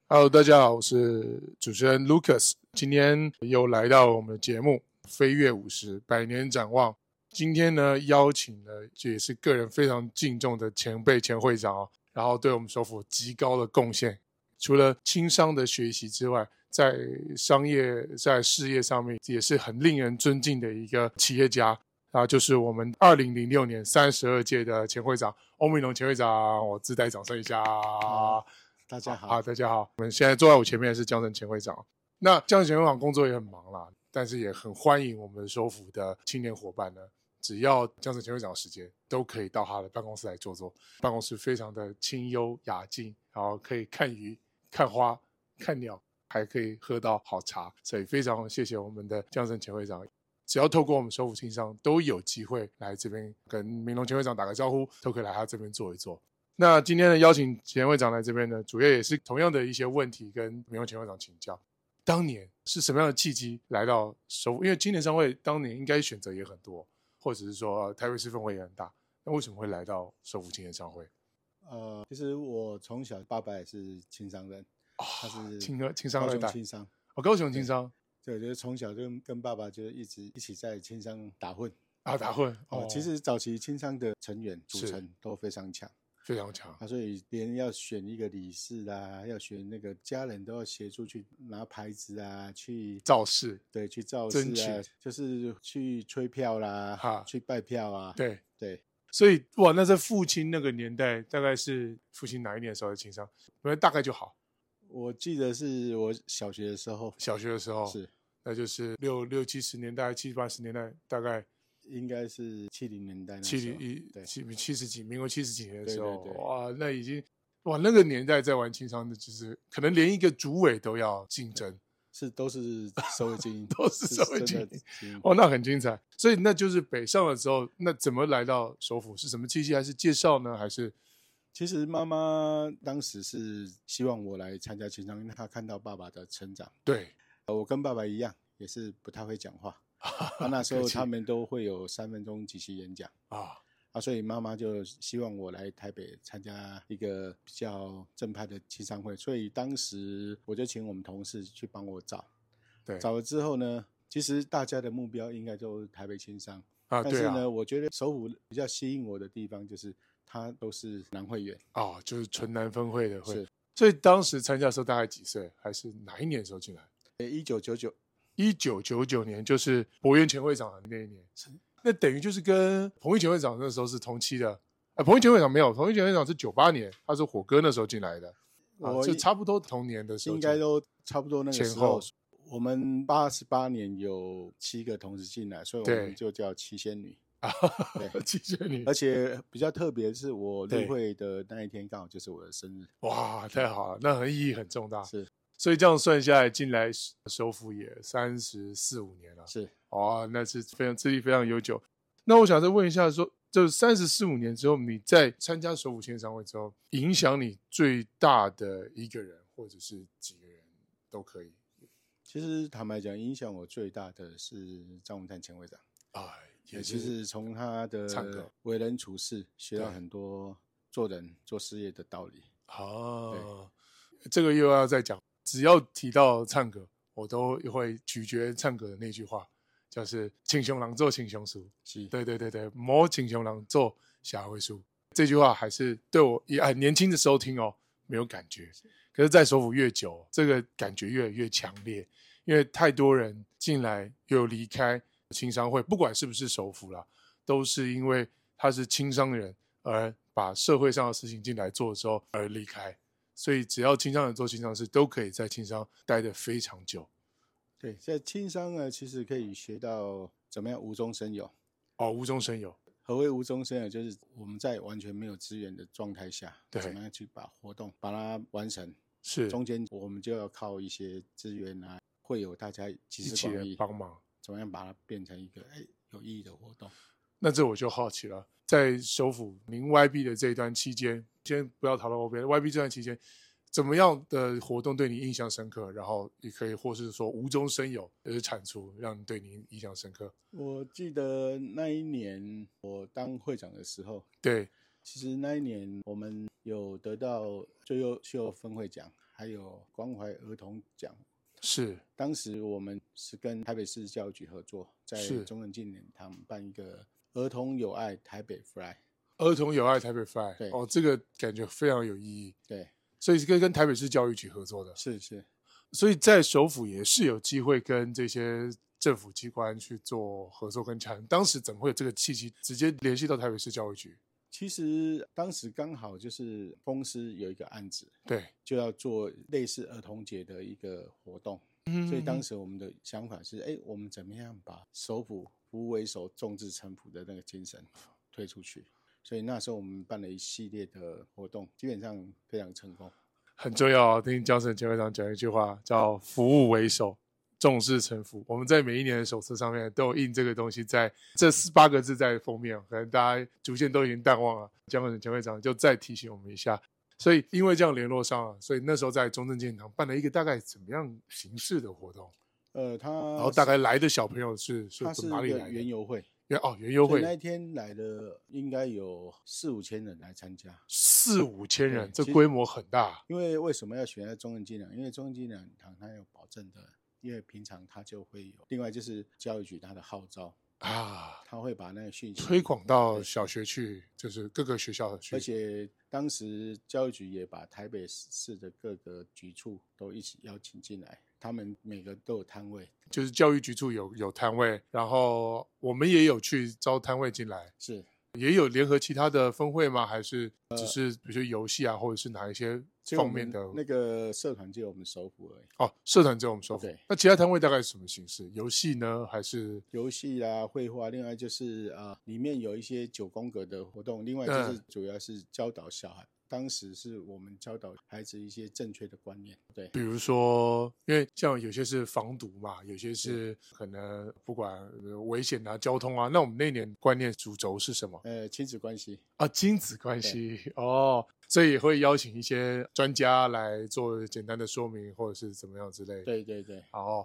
Hello，大家好，我是主持人 Lucas， 今天又来到我们的节目飞跃50百年展望。今天呢，邀请了这也是个人非常敬重的前辈前会长哦，然后对我们首府极高的贡献。除了轻商的学习之外，在商业在事业上面也是很令人尊敬的一个企业家。就是我们2006年32届的前会长欧明龙前会长，我自带掌声一下。 大家好， 大家好。我们现在坐在我前面的是江城前会长。那江城前会长工作也很忙啦，但是也很欢迎我们首府的青年伙伴呢，只要江城前会长的时间，都可以到他的办公室来坐坐。办公室非常的清幽雅静，然后可以看鱼、看花、看鸟，还可以喝到好茶，所以非常谢谢我们的江城前会长。只要透过我们首府青商，都有机会来这边跟明龙前会长打个招呼，都可以来他这边坐一坐。那今天的邀请前会长来这边呢，主要也是同样的一些问题跟明龙前会长请教。当年是什么样的契机来到首府？因为青年商会当年应该选择也很多，或者是说台北市分会也很大，那为什么会来到首府青年商会？ 其实我从小爸爸也是青商人，他是青商二代， 青商， 高雄青商。 对，就是从小就跟爸爸就一起在青商打混打混。 其实早期青商的成员组成都非常强。 非常强所以别人要选一个理事啊，要选那个家人都要协助去拿牌子啊，去造势， 对，去造势啊，就是去催票啦，去拜票啊， 对。 所以哇，那在父亲那个年代，大概是父亲哪一年的时候的青商？因为大概就好， 我记得是我小学的时候， 是，那就是60、70年代、70、80年代，大概。 应该是70年代那时候 ，70几，民国70几年的时候， 对哇，那已经哇，那个年代在玩青商的，就是可能连一个主委都要竞争， 都是社会精英， 都是社会精英，哇，那很精彩。所以那就是北上了之后，那怎么来到首府？是什么契机？还是介绍呢？还是？ 其实妈妈当时是希望我来参加青商，因为她看到爸爸的成长。 对， 我跟爸爸一样，也是不太会讲话。那时候他们都会有3分钟即席演讲所以妈妈就希望我来台北参加一个比较正派的青商会，所以当时我就请我们同事去帮我找。 对， 找了之后呢，其实大家的目标应该都是台北青商但是呢，我觉得首府比较吸引我的地方就是它都是男会员就是纯男分会的会。是，所以当时参加的时候大概几岁？还是哪一年的时候进来？1999年，就是博渊前会长的那一年。那等于就是跟彭玉前会长那时候是同期的。彭玉前会长没有，彭玉前会长是98年，他是火哥那时候进来的。就差不多同年的时候， 应该都差不多那个时候。我们88年有7个同事进来，所以我们就叫七仙女。 七仙女。 而且比较特别的是，我入会的那一天刚好就是我的生日。 哇，太好了，那意义很重大。 是。 所以这样算下来，进来首府也34、5年了。 是， 那是非常资历非常悠久。那我想再问一下说，就34、5年之后，你在参加首府青年商会之后，影响你最大的一个人，或者是几个人都可以。 其实坦白讲，影响我最大的是张文灿前会长。也就是从他的为人处事，学到很多做人做事业的道理。 这个又要再讲。只要提到唱歌，我都会咀嚼唱歌的那句话，就是请熊狼做请熊书。对，莫请熊狼做下回书。这句话还是对我也很年轻的时候听没有感觉，可是在首府越久，这个感觉越来越强烈，因为太多人进来又离开青商会，不管是不是首府啦，都是因为他是青商人而把社会上的事情进来做的时候而离开。所以只要青商人做青商事，都可以在青商待得非常久。 对，在青商呢，其实可以学到怎么样无中生有。 无中生有。 何谓无中生有？就是我们在完全没有资源的状态下，怎么样去把活动把它完成。 是， 中间我们就要靠一些资源啊，会有大家集思广益帮忙， 怎么样把它变成一个有意义的活动。 那这我就好奇了，在首府您 YB 的这一段期间，先不要讨论 YB 这段期间，怎么样的活动对你印象深刻？然后也可以或是说无中生有的产出，让你对你印象深刻。 我记得那一年我当会长的时候， 对， 其实那一年我们有得到最优秀分会奖， 还有关怀儿童奖。 是， 当时我们是跟台北市教育局合作，在中正纪念堂办一个儿童有爱台北 Fly。 儿童有爱台北 Fly， 对， 这个感觉非常有意义。 对， 所以是跟台北市教育局合作的。 是。 所以在首府也是有机会跟这些政府机关去做合作跟洽谈。当时怎么会有这个契机直接联系到台北市教育局？ 其实当时刚好就是公司有一个案子， 对， 就要做类似儿童节的一个活动。所以当时我们的想法是，我们怎么样把首府服务为首，众志成府的那个精神推出去。所以那时候我们办了一系列的活动，基本上非常成功。 很重要，听江省前会长讲一句话，叫服务为首，众志成府。我们在每一年的手册上面都有印这个东西，在这8个字在封面，可能大家逐渐都已经淡忘了。江省前会长就再提醒我们一下。所以因为这样联络上了，所以那时候在中正纪念堂办了一个大概怎么样形式的活动？然后大概来的小朋友是从哪里来的？ 园游会。 园游会。 那一天来的应该有4-5千人来参加。 4-5千人，这规模很大。 因为为什么要选在中正纪念堂？因为中正纪念堂它有保证的，因为平常它就会有。另外就是教育局它的号召啊，他会把那个讯息推广到小学去，就是各个学校去。 而且当时教育局也把台北市的各个局处都一起邀请进来，他们每个都有摊位， 就是教育局处有摊位，然后我们也有去招摊位进来。 是。 也有联合其他的分会吗？还是只是比如说游戏啊，或者是哪一些方面的？ 那个社团只有我们首府而已。 社团只有我们首府。 对。 那其他摊位大概是什么形式？游戏呢？还是游戏啦、绘画？另外就是里面有一些9宫格的活动。另外就是主要是教导小孩。当时是我们教导孩子一些正确的观念。对， 比如说，因为像有些是防毒嘛，有些是可能不管危险啊、交通啊。那我们那年观念主轴是什么？ 亲子关系啊，亲子关系所以也会邀请一些专家来做简单的说明，或者是怎么样之类的。 对。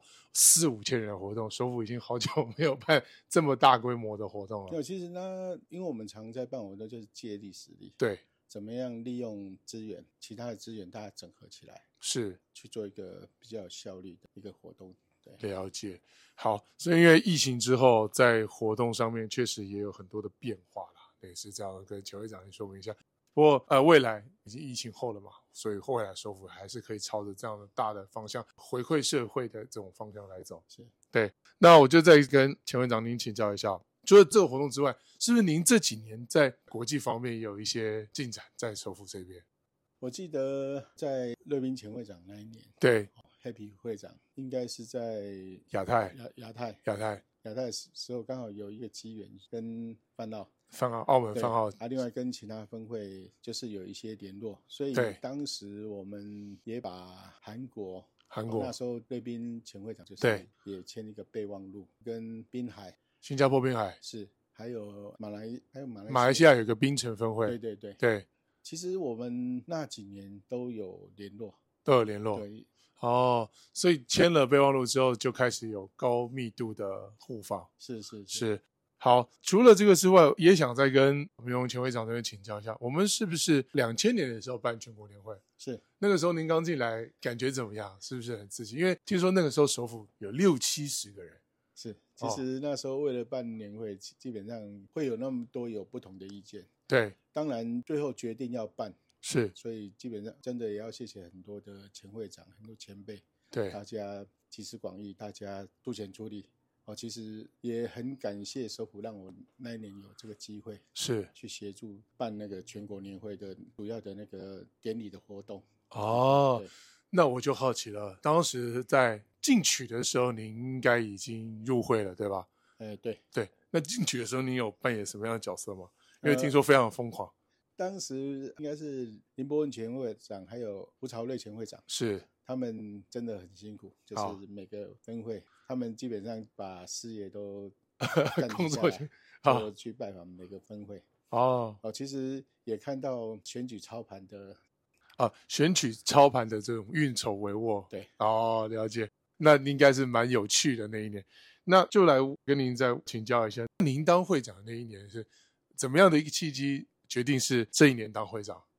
4-5千人的活动，首府已经好久没有办这么大规模的活动了。 对，其实呢，因为我们常在办活动，就是借力使力。 对。 怎么样利用资源，其他的资源大家整合起来， 是去做一个比较有效率的一个活动。对， 了解。好，所以因为疫情之后，在活动上面确实也有很多的变化啦，也是这样跟前会长说明一下。不过未来已经疫情后了嘛，所以未来首府还是可以朝着这样的大的方向回馈社会的这种方向来走。 是， 对。那我就再跟前会长您请教一下，除了这个活动之外，是不是您这几年在国际方面有一些进展在首府这边？ 我记得在乐彬前会长那一年， 对 ，Happy 会长应该是在亚太的时候，刚好有一个机缘跟澳门泛澳另外跟其他分会就是有一些联络，所以当时我们也把韩国那时候乐彬前会长就是也签一个备忘录，跟滨海。 新加坡滨海是，还有马来西亚有个槟城分会。 对。其实我们那几年都有联络。对。 所以签了备忘录之后，就开始有高密度的互访。 是。 好，除了这个之外，也想再跟我们前会长这边请教一下，我们是不是2000年的时候办全国年会？ 是。 那个时候您刚进来，感觉怎么样？是不是很刺激？因为听说那个时候首府有60-70个人。 是，其实那时候为了办年会，基本上会有那么多有不同的意见。 对， 当然最后决定要办， 是， 所以基本上真的也要谢谢很多的前会长、很多前辈， 对， 大家集思广益，大家出钱出力。其实也很感谢首府让我那一年有这个机会， 是去协助办那个全国年会的主要的那个典礼的活动。 那我就好奇了，当时在进取的时候，您应该已经入会了，对吧？ 对。 那进取的时候，您有扮演什么样的角色吗？因为听说非常疯狂。 当时应该是林伯文前会长，还有吴朝瑞前会长， 是他们真的很辛苦，就是每个分会，他们基本上把事业都工作就去拜访每个分会。其实也看到选举操盘的。 选举操盘的这种运筹帷幄。 对。 了解。那应该是蛮有趣的那一年。那就来跟您再请教一下，您当会长的那一年是怎么样的一个契机决定是这一年当会长，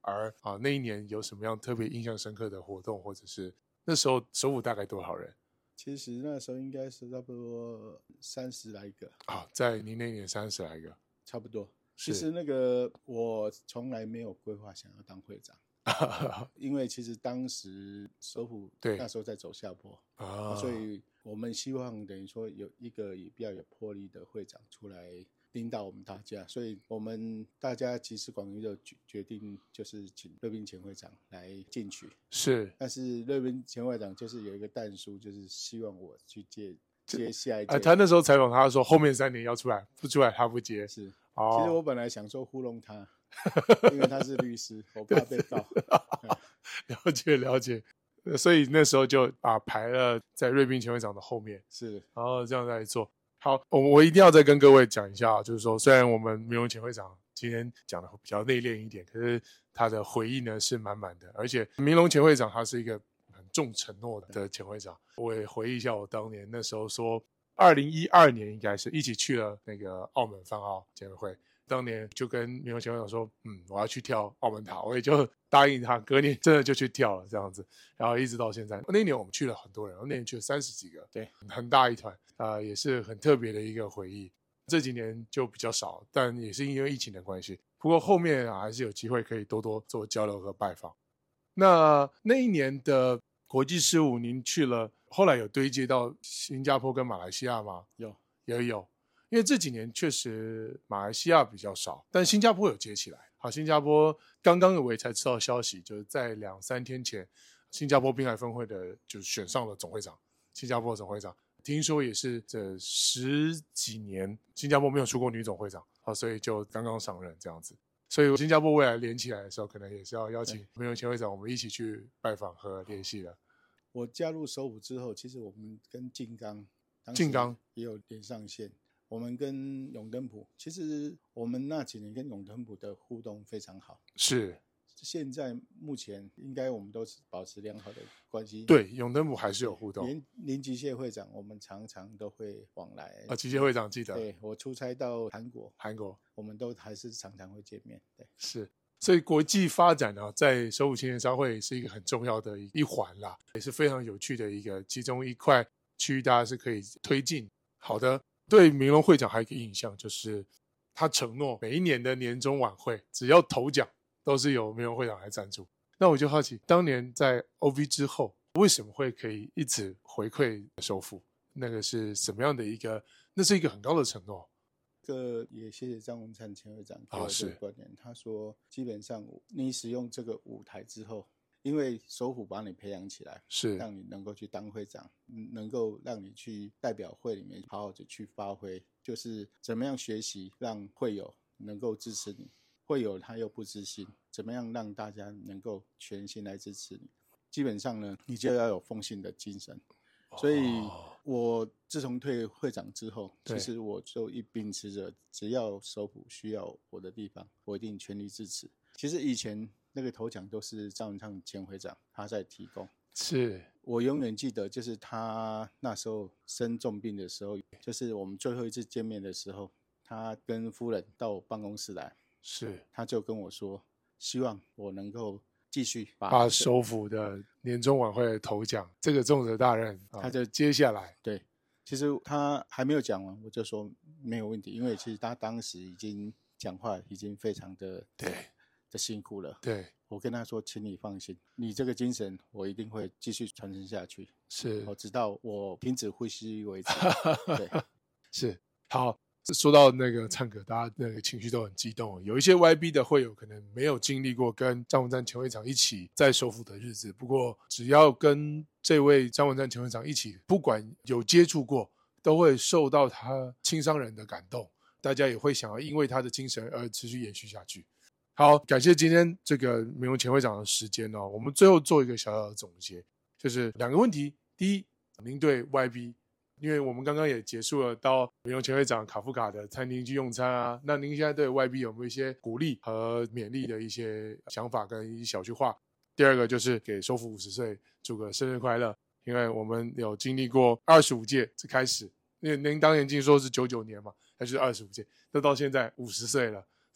而那一年有什么样特别印象深刻的活动，或者是那时候首府大概多少人？ 其实那时候应该是差不多30来个在您那年30来个， 差不多。其实那个我从来没有规划想要当会长因为其实当时首府那时候在走下坡所以我们希望等于说有一个也比较有魄力的会长出来领导我们大家，所以我们大家集思广益就决定就是请瑞斌前会长来进去。 是， 但是瑞斌前会长就是有一个但书，就是希望我去接下一届。 他那时候采访他说后面3年要出来，不出来他不接。 是，其实我本来想说糊弄他因为他是律师我怕被告了解所以那时候就排了在瑞斌前会长的后面， 是， 然后这样来做。好，我一定要再跟各位讲一下就是说虽然我们明荣前会长今天讲的比较内敛一点，可是他的回忆呢是满满的，而且明荣前会长他是一个很重承诺的前会长。我也回忆一下我当年那时候说2012年应该是一起去了那个澳门泛澳前会，当年就跟明荣前会长说我要去跳澳门塔，我也就答应他，隔年真的就去跳了这样子，然后一直到现在。那年我们去了很多人，那年去了30几个， 对， 很大一团也是很特别的一个回忆。这几年就比较少，但也是因为疫情的关系，不过后面还是有机会可以多多做交流和拜访。那一年的国际事务您去了，后来有对接到新加坡跟马来西亚吗？也有，因为这几年确实马来西亚比较少，但新加坡有接起来。好，新加坡刚刚我也才知道消息，就是在2-3天前新加坡滨海分会的就选上了总会长，新加坡总会长听说也是这10几年新加坡没有出过女总会长所以就刚刚上任这样子。所以新加坡未来连起来的时候，可能也是要邀请明荣前会长我们一起去拜访和联系了。 我加入首府之后，其实我们跟静冈也有连上线，我们跟永登浦，其实我们那几年跟永登浦的互动非常好。 是， 现在目前应该我们都是保持良好的关系。 对，永登浦还是有互动。 连机械会长我们常常都会往来机械会长记得。 对，我出差到韩国我们都还是常常会见面。对， 是，所以国际发展在首府青年商会是一个很重要的一环啦，也是非常有趣的一个其中一块区域，大家是可以推进。好的，对明荣会长还有一个印象，就是他承诺每一年的年终晚会只要头奖都是由明荣会长来赞助。那我就好奇，当年在 OV 之后为什么会可以一直回馈首府？那个是什么样的那是一个很高的承诺。 也谢谢张文灿前会长给我这个观念，他说基本上你使用这个舞台之后，因为首府把你培养起来，是让你能够去当会长，能够让你去代表会里面好好的去发挥，就是怎么样学习让会友能够支持你，会友他又不知心，怎么样让大家能够全心来支持你。基本上呢，你就要有奉献的精神。所以我自从退会长之后，其实我就秉持着只要首府需要我的地方，我一定全力支持。其实以前那个头奖都是张文灿前会长他在提供， 是我永远记得，就是他那时候生重病的时候，就是我们最后一次见面的时候，他跟夫人到我办公室来，是他就跟我说，希望我能够继续把首府的年终晚会的头奖这个重责大任他就接下来。 对，其实他还没有讲完，我就说没有问题，因为其实他当时已经讲话已经非常的辛苦了。对，我跟他说，请你放心，你这个精神我一定会继续传承下去，是，直到我停止呼吸为止。对， 是。好，说到那个灿哥，大家那个情绪都很激动。有一些 YB 的会友可能没有经历过跟张文灿前会长一起在首府的日子，不过只要跟这位张文灿前会长一起，不管有接触过，都会受到他青商人的感动，大家也会想要因为他的精神而持续延续下去。好，感谢今天这个明荣前会长的时间我们最后做一个小小的总结，就是2个问题。第一，您对 YB，因为我们刚刚也结束了到明荣前会长卡夫卡的餐厅去用餐那您现在对 YB 有没有一些鼓励和勉励的一些想法跟一些小句话？第二个就是给首府50岁祝个生日快乐，因为我们有经历过25届这开始，因为您当年净说是99年嘛，那就是25届，那到现在50岁了，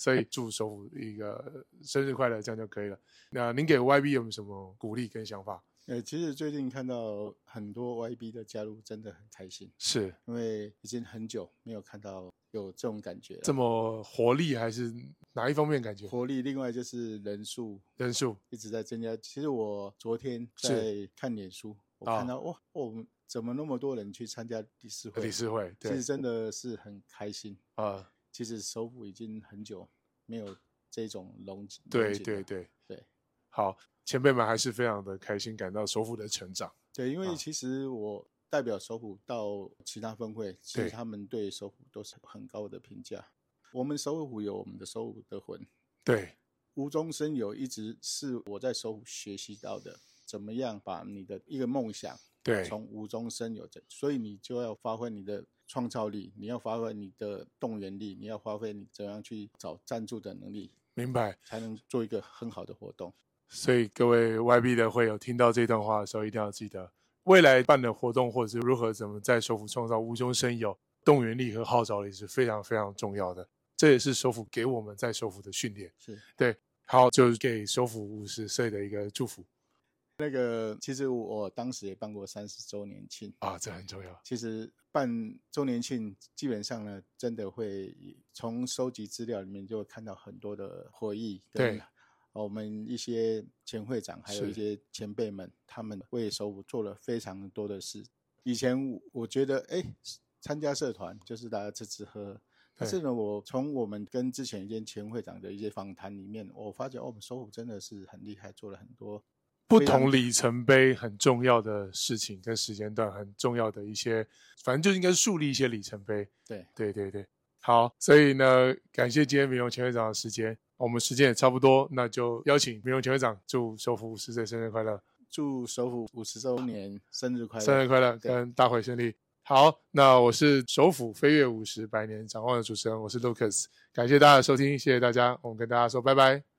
所以祝首府一个生日快乐，这样就可以了。那您给 YB 有没有什么鼓励跟想法？ 其实最近看到很多 YB 的加入，真的很开心。 是因为已经很久没有看到有这种感觉了， 这么活力，还是哪一方面感觉？ 活力，另外就是人数一直在增加。其实我昨天在看脸书，我看到怎么那么多人去参加理事会？其实真的是很开心啊。其实首府已经很久没有这种龙井。 对，好，前辈们还是非常的开心，感到首府的成长。 对，因为其实我代表首府到其他分会，其实他们对首府都是很高的评价。我们首府有我们的首府的魂， 对， 无中生有，一直是我在首府学习到的，怎么样把你的一个梦想， 对， 从无中生有，所以你就要发挥你的创造力，你要发挥你的动员力，你要发挥你怎样去找赞助的能力， 明白， 才能做一个很好的活动。 所以各位 YB 的会友听到这段话的时候，一定要记得，未来办的活动或者是怎么在首府创造无中生有，动员力和号召力是非常非常重要的。这也是首府给我们在首府的训练。 是， 对，好，就给首府50岁的一个祝福。 其实我当时也办过30周年庆啊，这很重要。 其实办周年庆基本上呢，真的会从收集资料里面就会看到很多的回忆。 对， 我们一些前会长还有一些前辈们，他们为首府做了非常多的事。以前我觉得参加社团就是大家吃吃喝喝，但是呢，我从我们跟之前一些前会长的一些访谈里面，我发觉我们首府真的是很厉害，做了很多不同里程碑很重要的事情跟时间段，很重要的一些，反正就应该树立一些里程碑。对，好，所以呢，感谢今天明荣前会长的时间，我们时间也差不多，那就邀请明荣前会长祝首府50岁生日快乐， 祝首府50周年生日快乐， 生日快乐，跟大会顺利。好，那我是首府飞跃50百年展望的主持人，我是 Lucas， 感谢大家的收听，谢谢大家，我们跟大家说拜拜。